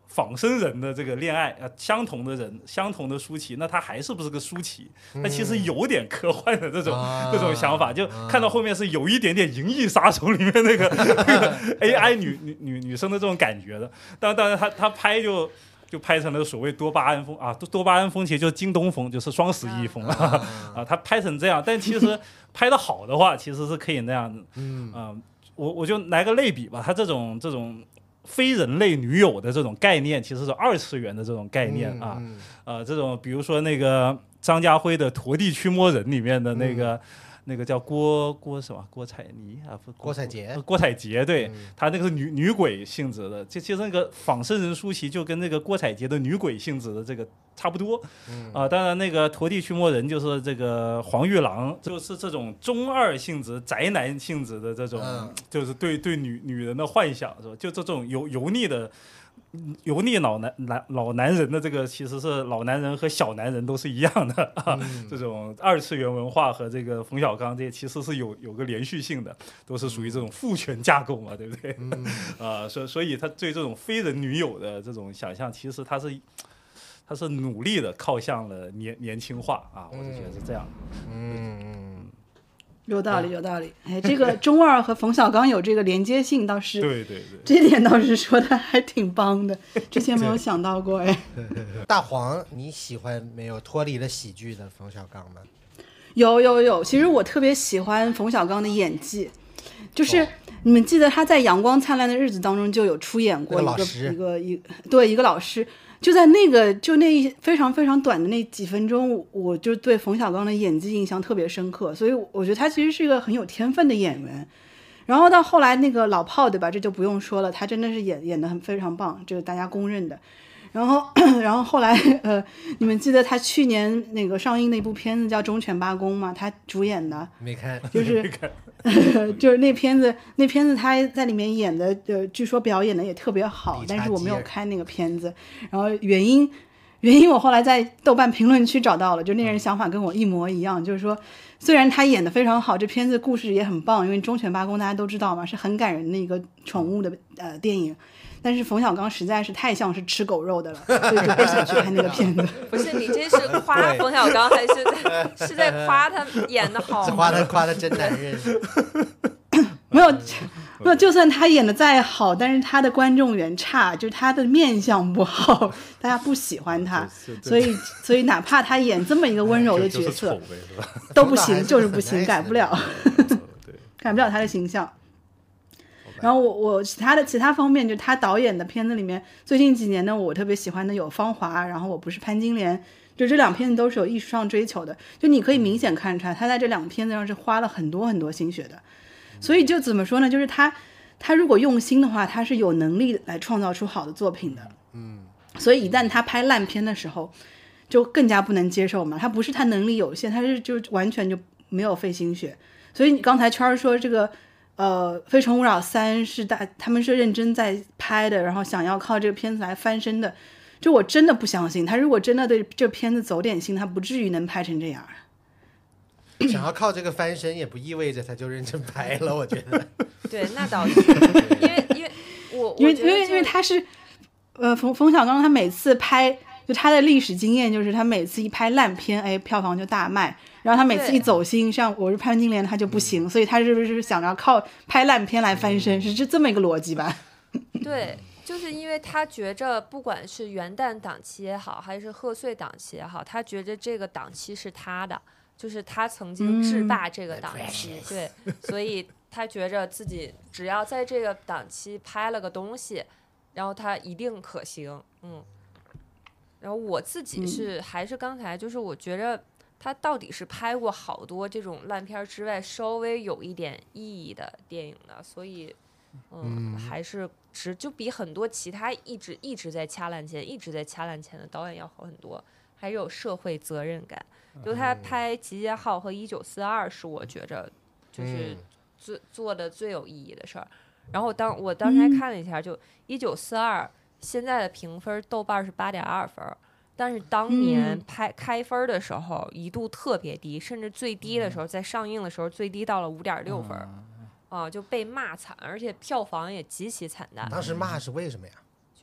仿生人的这个恋爱啊，相同的人，相同的舒淇，那他还是不是个舒淇？那其实有点科幻的这种、嗯、这种想法，就看到后面是有一点点《银翼杀手》里面那个那个 A I 女女女女生的这种感觉的。当当然他他拍就就拍成了所谓多巴胺风啊，多巴胺风其实就是京东风，就是双十一风啊啊，他拍成这样，但其实拍的好的话，其实是可以那样的。嗯啊、呃，我我就来个类比吧，他这种这种。非人类女友的这种概念，其实是二次元的这种概念啊，嗯嗯、呃，这种比如说那个张家辉的《陀地驱魔人》里面的那个、嗯、那个叫郭郭什么郭采妮啊，不郭采洁， 郭采洁，对， 嗯、 他那个是女女鬼性质的，这其实那个仿生人舒淇就跟那个郭采洁的女鬼性质的这个差不多，嗯啊、呃，当然那个《陀地驱魔人》就是这个黄玉郎，就是这种中二性质、宅男性质的这种，嗯、就是对对女女人的幻想，是吧？就这种油油腻的。油腻老男男老男人的这个其实是老男人和小男人都是一样的啊，嗯、这种二次元文化和这个冯小刚这其实是有有个连续性的，都是属于这种父权架构嘛，对不对？嗯、啊，所所以他对这种非人女友的这种想象，其实他是他是努力的靠向了年年轻化啊，我就觉得是这样。嗯嗯。 有道理，有道理。哎，这个中二和冯小刚有这个连接性，倒是对对对， 这点倒是说的还挺棒的，之前没有想到过。哎， 大黄，你喜欢没有脱离了喜剧的冯小刚吗？ 有有有，其实我特别喜欢冯小刚的演技，就是、哦、你们记得他在《阳光灿烂的日子》当中就有出演过一个、那個、一个一对一个老师。就在那个就那非常非常短的那几分钟，我就对冯小刚的演技印象特别深刻，所以我觉得他其实是一个很有天分的演员。然后到后来那个老炮，对吧？这就不用说了，他真的是演演得很非常棒，这个大家公认的。然后然后后来呃，你们记得他去年那个上映的一部片子叫《忠犬八公》吗？他主演的， 没看， 就是呃、就是那片子那片子他在里面演的，呃，据说表演的也特别好，但是我没有看那个片子。然后原因原因我后来在豆瓣评论区找到了，就那人想法跟我一模一样，就是说虽然他演得非常好，这片子故事也很棒，因为《忠犬八公》大家都知道嘛，是很感人的一个宠物的呃电影。但是冯小刚实在是太像是吃狗肉的了，所以就不想去看那个片子。 不是你这是夸冯小刚还是在是在夸他演的好？ 是夸他夸他真男人。 没有没有，就算他演的再好，但是他的观众缘差，就是他的面相不好，大家不喜欢他，所以所以哪怕他演这么一个温柔的角色， 就是都不行，就是不行，改不了，改不了他的形象。然后我我其他的其他方面，就他导演的片子里面，最近几年呢，我特别喜欢的有《芳华》，然后我不是潘金莲，就这两片子都是有艺术上追求的，就你可以明显看出来，他在这两个片子上是花了很多很多心血的。所以就怎么说呢，就是他他如果用心的话，他是有能力来创造出好的作品的。嗯，所以一旦他拍烂片的时候，就更加不能接受嘛。他不是他能力有限，他是就完全就没有费心血。所以你刚才圈说这个。呃，《非诚勿扰三》是大他们是认真在拍的，然后想要靠这个片子来翻身的，就我真的不相信他如果真的对这片子走点心，他不至于能拍成这样。 想要靠这个翻身，也不意味着他就认真拍了，我觉得。 对，那倒是，因为因为我因为因为因为他是呃冯冯小刚他每次拍，就他的历史经验就是他每次一拍烂片，哎，票房就大卖。然后他每次一走心，像我是潘金莲他就不行，所以他是不是想要靠拍烂片来翻身，是这么一个逻辑吧？ 对，就是因为他觉着不管是元旦档期也好，还是贺岁档期也好，他觉着这个档期是他的，就是他曾经制霸这个档期，嗯、对，所以他觉着自己只要在这个档期拍了个东西，然后他一定可行，嗯。然后我自己是、嗯、还是刚才就是我觉着。他到底是拍过好多这种烂片之外稍微有一点意义的电影的，所以嗯, 嗯还是值就比很多其他一直一直在掐烂钱一直在掐烂钱的导演要好很多，还有社会责任感。就他拍《集结号》和《一九四二》是我觉着就是最、嗯、做的最有意义的事儿。然后当我当时还看了一下，就《一九四二》现在的评分豆瓣是八点二分。但是当年拍、嗯、开分的时候一度特别低，甚至最低的时候在上映的时候最低到了五点六分、嗯、啊，就被骂惨，而且票房也极其惨淡。 当时骂是为什么呀？ 觉着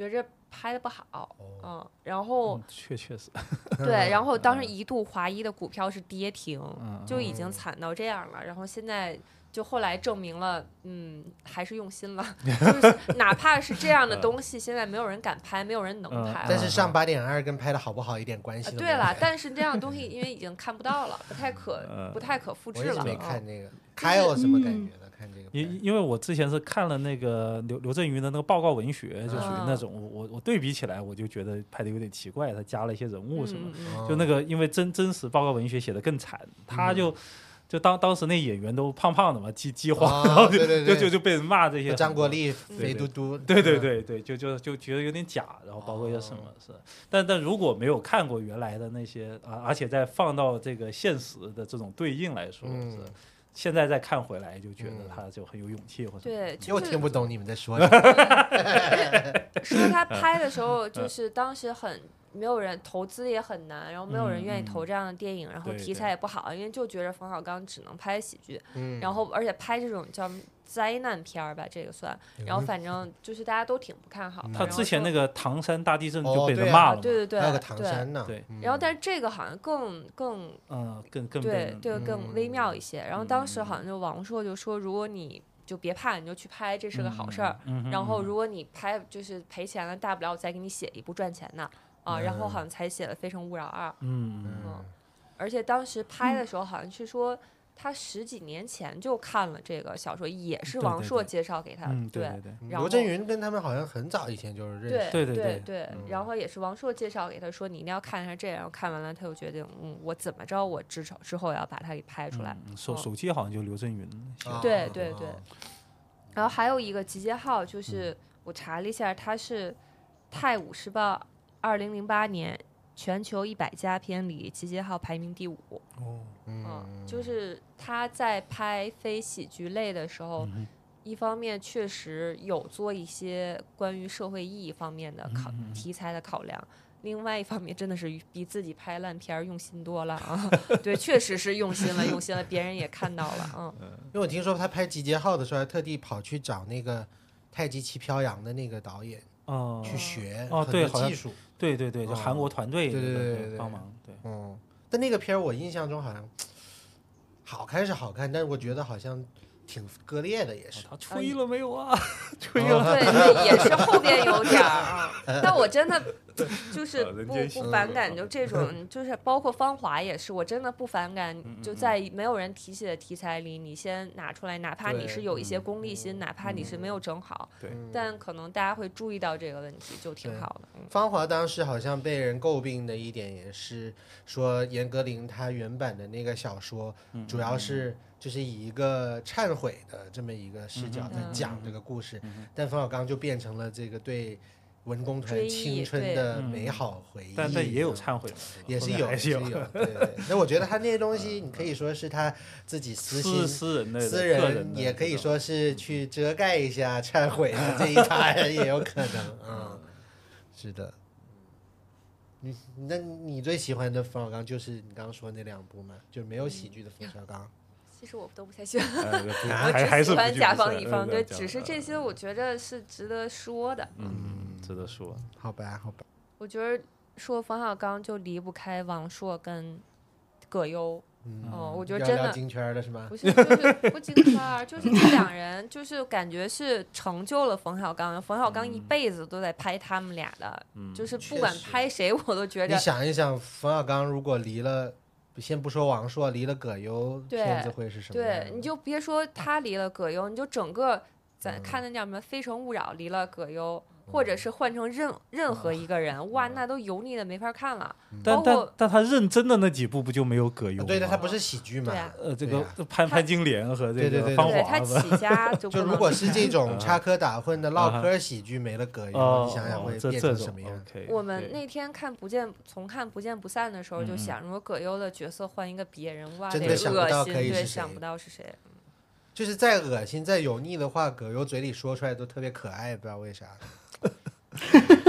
拍的不好，哦、嗯，然后、 嗯、确确实， 对，然后当时一度华谊的股票是跌停，嗯、就已经惨到这样了，然后现在就后来证明了，嗯，还是用心了，就是哪怕是这样的东西，现在没有人敢拍，没有人能拍了。 但是上八点二跟拍的好不好一点关系都没有。 对了，但是这样的东西因为已经看不到了，不太可不太可复制了。 我没看那个，还有什么感觉呢？看这个， 因因为我之前是看了那个刘刘震云的那个报告文学，就属于那种我我对比起来，我就觉得拍的有点奇怪，他加了一些人物什么，就那个因为真真实报告文学写的更惨，他就。就当当时那演员都胖胖的嘛，饥饥荒，然后就就就就被人骂这些。 张国立、肥嘟嘟， 对对对对，就就就觉得有点假，然后包括一些什么是，但但如果没有看过原来的那些啊，而且再放到这个现实的这种对应来说是。现在再看回来，就觉得他就很有勇气，或者对， 又听不懂你们在说什么。 说他拍的时候，就是当时很没有人投资也很难，然后没有人愿意投这样的电影，然后题材也不好，因为就觉得冯小刚只能拍喜剧，然后而且拍这种叫灾难片儿吧，这个算，然后反正就是大家都挺不看好。 他之前那个唐山大地震就被人骂了， 对对对， 还有个唐山呢， 对。 然后但是这个好像更更嗯更更对对更微妙一些。然后当时好像就王朔就说，如果你就别怕，你就去拍，这是个好事儿。然后如果你拍就是赔钱了，大不了我再给你写一部赚钱的啊。然后好像才写了《非诚勿扰二》。嗯嗯。而且当时拍的时候好像是说。他十几年前就看了这个小说，也是王朔介绍给他。 对对对。 刘震云跟他们好像很早以前就是认识。 对对对对。然后也是王朔介绍给他说，你一定要看一下这样。看完了，他就决定，嗯，我怎么着，我之之后要把它给拍出来。 手手机好像就刘震云。 对对对。然后还有一个集结号，就是我查了一下，它是《泰晤士报》二零零八年全球一百家片里集结号排名第五。 哦。 嗯，就是他在拍非喜剧类的时候，嗯、一方面确实有做一些关于社会意义方面的考、嗯、题材的考量，另外一方面真的是比自己拍烂片用心多了啊！对，确实是用心了，用心了，别人也看到了，嗯。 因为我听说他拍《集结号》的时候，还特地跑去找那个《太极旗飘扬》的那个导演哦去学哦，对， 技术， 对对对，就韩国团队对对对对帮忙，对， 嗯。但那个片儿我印象中好像好看是好看，但是我觉得好像挺割裂的，也是。 他吹了没有啊？吹了。 对对，也是后边有点啊。但我真的就是不不反感，就这种，就是包括《芳华》也是，我真的不反感，就在没有人提起的题材里，你先拿出来，哪怕你是有一些功利心，哪怕你是没有整好，但可能大家会注意到这个问题，就挺好的。 《芳华》当时好像被人诟病的一点也是说，严歌苓她原版的那个小说主要是。就是以一个忏悔的这么一个视角在讲这个故事，嗯、但冯小刚就变成了这个对文工团青春的美好回忆， 但但也有忏悔， 也是有，也是有。对对，那我觉得他那些东西，你可以说是他自己私心、 私人的、 私人，也可以说是去遮盖一下忏悔的这一趴，也有可能。嗯，是的。你那你最喜欢的冯小刚就是你刚刚说那两部吗？就没有喜剧的冯小刚。 其实我都不太喜欢，我只喜欢甲方乙方，对，只是这些我觉得是值得说的。 嗯，值得说。 好吧，好吧。 我觉得说冯小刚就离不开王朔跟葛优。嗯，哦、我觉得真的。 聊金圈的是吗？ 不是，就是不金圈，就是这两人，就是感觉是成就了冯小刚。冯小刚一辈子都在拍他们俩的，嗯、就是不管拍谁，我都觉得。 你想一想，冯小刚如果离了。先不说王朔，离了葛优，片子会是什么样的？ 对，你就别说他离了葛优，你就整个咱看那叫什么《非诚勿扰》离了葛优，嗯、或者是换成任任何一个人，嗯、哇，那都油腻的没法看了。 嗯、但但但他认真的那几部不就没有葛优吗？ 对的，他不是喜剧嘛？ 对啊、 呃，这个潘潘金莲和这个芳华， 他起家就就如果是这种插科打诨的唠嗑喜剧，没了葛优， 哦、 你想想会变成什么样？ 我们那天看不见从看不见不散的时候，就想，如果葛优的角色换一个别人，哇， 真的想不到可以是谁， 对，想不到是谁。 就是再恶心、再油腻的话，葛优嘴里说出来都特别可爱，不知道为啥。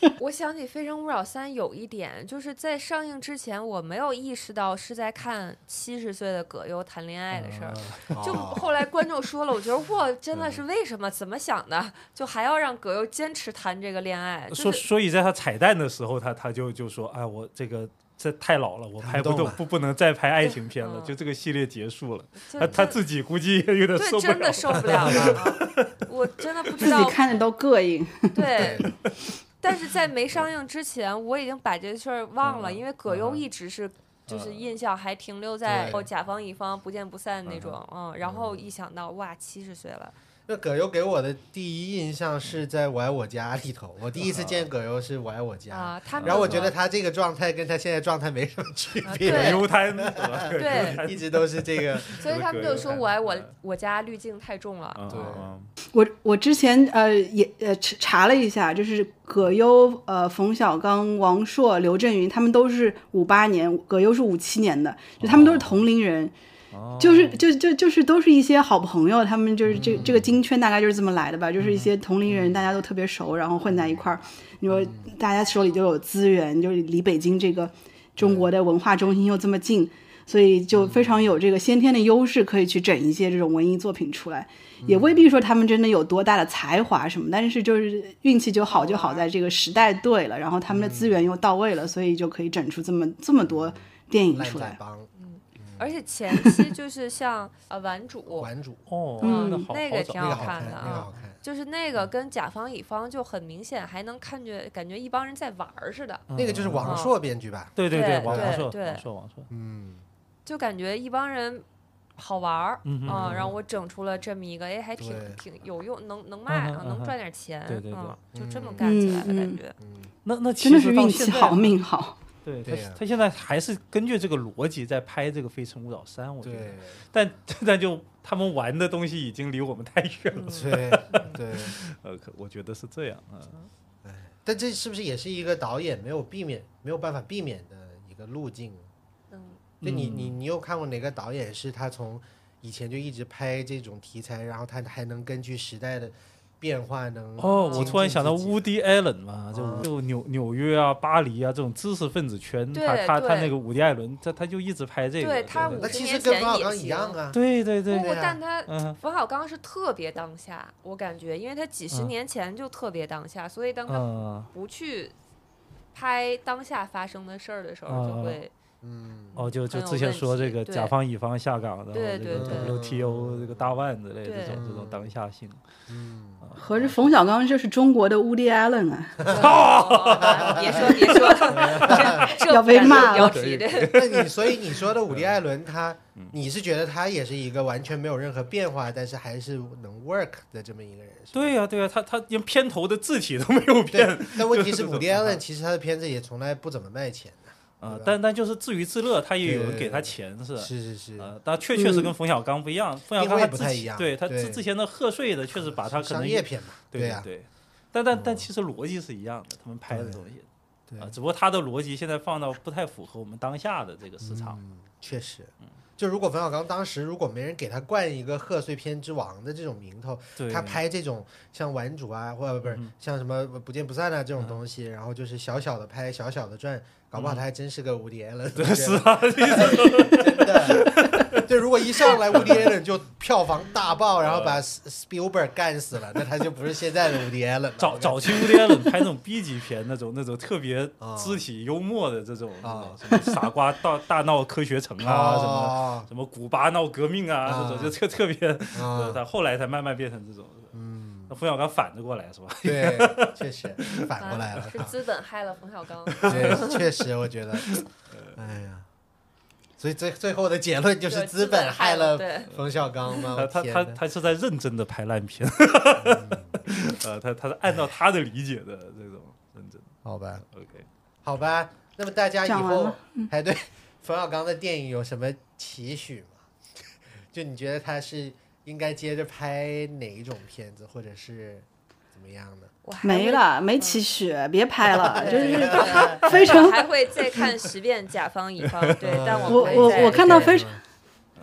我想起《非诚勿扰三》有一点，就是在上映之前，我没有意识到是在看七十岁的葛优谈恋爱的事儿。 哦、 就后来观众说了，我觉得哇，真的是为什么？怎么想的？就还要让葛优坚持谈这个恋爱？就是、 所所以在他彩蛋的时候，他他就就说：“哎，我这个。”这太老了，我拍不动，不不能再拍爱情片了，就这个系列结束了。他他自己估计也有点受不了， 真的受不了了。我真的不知道， 自己看着都膈应。 对，但是在没上映之前，我已经把这事儿忘了，因为葛优一直是就是印象还停留在甲方乙方不见不散那种，嗯，然后一想到哇，七十岁了。 那葛优给我的第一印象是在《我爱我家》里头，我第一次见葛优是《我爱我家》 啊， 然后我觉得他这个状态跟他现在状态没什么区别， 啊、 优瘫， 对， 一直都是这个。 所以他们就说我爱我我家滤镜太重了。 对， 我我之前呃也呃查了一下，就是葛优、呃冯小刚、王朔、刘震云他们都是五八年，葛优是五七年的，就他们都是同龄人。哦就是就就就是都是一些好朋友，他们就是这这个金圈大概就是这么来的吧，就是一些同龄人，大家都特别熟，然后混在一块儿。你说大家手里就有资源，就是离北京这个中国的文化中心又这么近，所以就非常有这个先天的优势，可以去整一些这种文艺作品出来。也未必说他们真的有多大的才华什么，但是就是运气就好就好在这个时代对了，然后他们的资源又到位了，所以就可以整出这么这么多电影出来。 而且前期就是像呃顽主， 顽主哦， 嗯， 那, 那个挺好看的啊， 那个、 就是那个跟甲方乙方就很明显，还能看觉感觉一帮人在玩似的。 那个就是王朔编剧吧？ 嗯、 对对对， 王朔， 对王朔，王朔， 嗯， 就感觉一帮人好玩儿， 嗯啊，然后我整出了这么一个，哎，还挺挺有用，能能卖啊，能赚点钱， 对对对， 就这么干起来的感觉。 那那真的是运气好，命好。 对他，他现在还是根据这个逻辑在拍这个《非诚勿扰三》，我觉得，但但就他们玩的东西已经离我们太远了。 对对， 呃，我觉得是这样啊。 哎，但这是不是也是一个导演没有避免、没有办法避免的一个路径？ 嗯， 就你你你有看过哪个导演是他从以前就一直拍这种题材，然后他还能根据时代的变化能哦，我突然想到 Woody Allen 嘛，就就纽纽约啊、巴黎啊这种知识分子圈，他他他那个伍迪·艾伦，他他就一直拍这个。 对他五十年前跟冯小刚一样啊。 对对对。 不，但他冯小刚是特别当下，我感觉，因为他几十年前就特别当下，所以当他不去拍当下发生的事儿的时候，就会。 嗯， 哦，就就之前说这个甲方乙方下岗，然后这个 W T O 这个大腕之类的这种这种当下性， 嗯， 合着冯小刚就是中国的 Woody Allen 啊！ 别说别说， 要被骂了。 那你所以你说的伍迪·艾伦，他你是觉得他也是一个完全没有任何变化，但是还是能 work 的这么一个人？ 对呀、啊、对呀、啊，他他连片头的字体都没有变。 但问题是，伍迪·艾伦其实他的片子也从来不怎么卖钱。 啊，但但就是自娱自乐，他也有人给他钱，是是是是， 呃，但确确实跟冯小刚不一样，冯小刚他不太一样， 对他之之前的贺岁的确实把他可能商业片嘛， 对呀， 对，但但但其实逻辑是一样的，他们拍的东西，啊，只不过他的逻辑现在放到不太符合我们当下的这个市场， 确实，就如果冯小刚当时如果没人给他冠一个贺岁片之王的这种名头，他拍这种像玩主啊，或者不是像什么不见不散啊这种东西，然后就是小小的拍小小的赚。搞不好他还真是个伍迪·艾伦， 对，是啊， 真的。对，如果一上来伍迪·艾伦就票房大爆，然后把 Spielberg 干死了，那他就不是现在的伍迪·艾伦了。 早早期伍迪·艾伦拍那种 B 级片，那种那种特别肢体幽默的这种，什么傻瓜大大闹科学城啊，什么什么古巴闹革命啊，这种就特特别，他后来才慢慢变成这种。嗯。那冯小刚反着过来是吧？ 对，确实反过来了。 是资本害了冯小刚。 对，确实，我觉得，哎呀，所以最最后的结论就是资本害了冯小刚吗？ 他他他他是在认真的拍烂片，呃，他他是按照他的理解的这种认真。 好吧 ，OK， 好吧，那么大家以后还对冯小刚的电影有什么期许吗？就你觉得他是？应该接着拍哪一种片子，或者是怎么样呢？ 没了，没期许，嗯、别拍了，就是非常还会再看十遍甲方乙方。对，但我我我我看到非常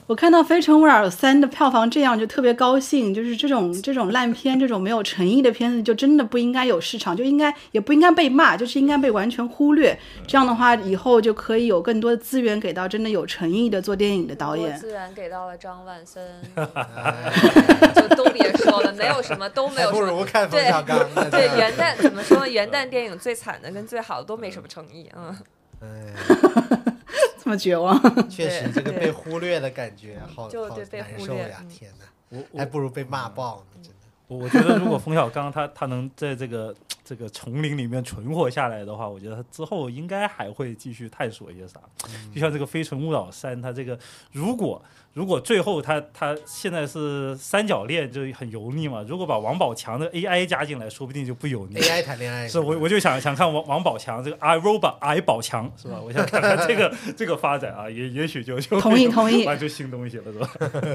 我看到《非诚勿扰三》的票房这样就特别高兴，就是这种这种烂片，这种没有诚意的片子，就真的不应该有市场，就应该也不应该被骂，就是应该被完全忽略。这样的话，以后就可以有更多的资源给到真的有诚意的做电影的导演。 资源给到了张万森，就都别说了，没有什么都没有什么。 不如看冯小刚的。 对元旦怎么说呢？元旦电影最惨的跟最好的都没什么诚意，嗯。 哎。 这么绝望， 确实这个被忽略的感觉好就好被难受呀！天哪， 我还不如被骂爆呢，真的。 我觉得如果冯小刚他他能在这个这个丛林里面存活下来的话，我觉得他之后应该还会继续探索一些啥。就像这个《非诚勿扰三》，他这个如果如果最后他他现在是三角恋就很油腻嘛，如果把王宝强的 A I 加进来，说不定就不油腻。 A I 谈恋爱是我我就想想看王王宝强这个 I Robot I 宝强是吧？我想看看这个这个发展啊，也也许就就同意同意玩出新东西了是吧？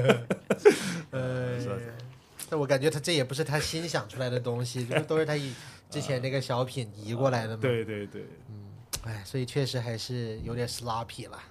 呃，那我感觉他这也不是他新想出来的东西，就是都是他以之前那个小品移过来的嘛。 对对对， 嗯，哎，所以确实还是有点 sloppy 了。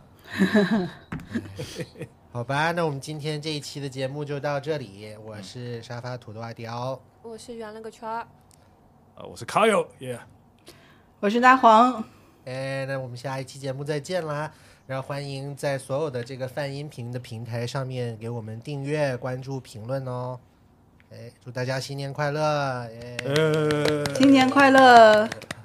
好吧，那我们今天这一期的节目就到这里。我是沙发土豆阿刁， 我是圆了个圈儿， 啊，我是卡友耶， 我是大黄。 哎，那我们下一期节目再见啦！然后欢迎在所有的这个泛音频的平台上面给我们订阅、关注、评论哦。哎，祝大家新年快乐！哎， 新年快乐！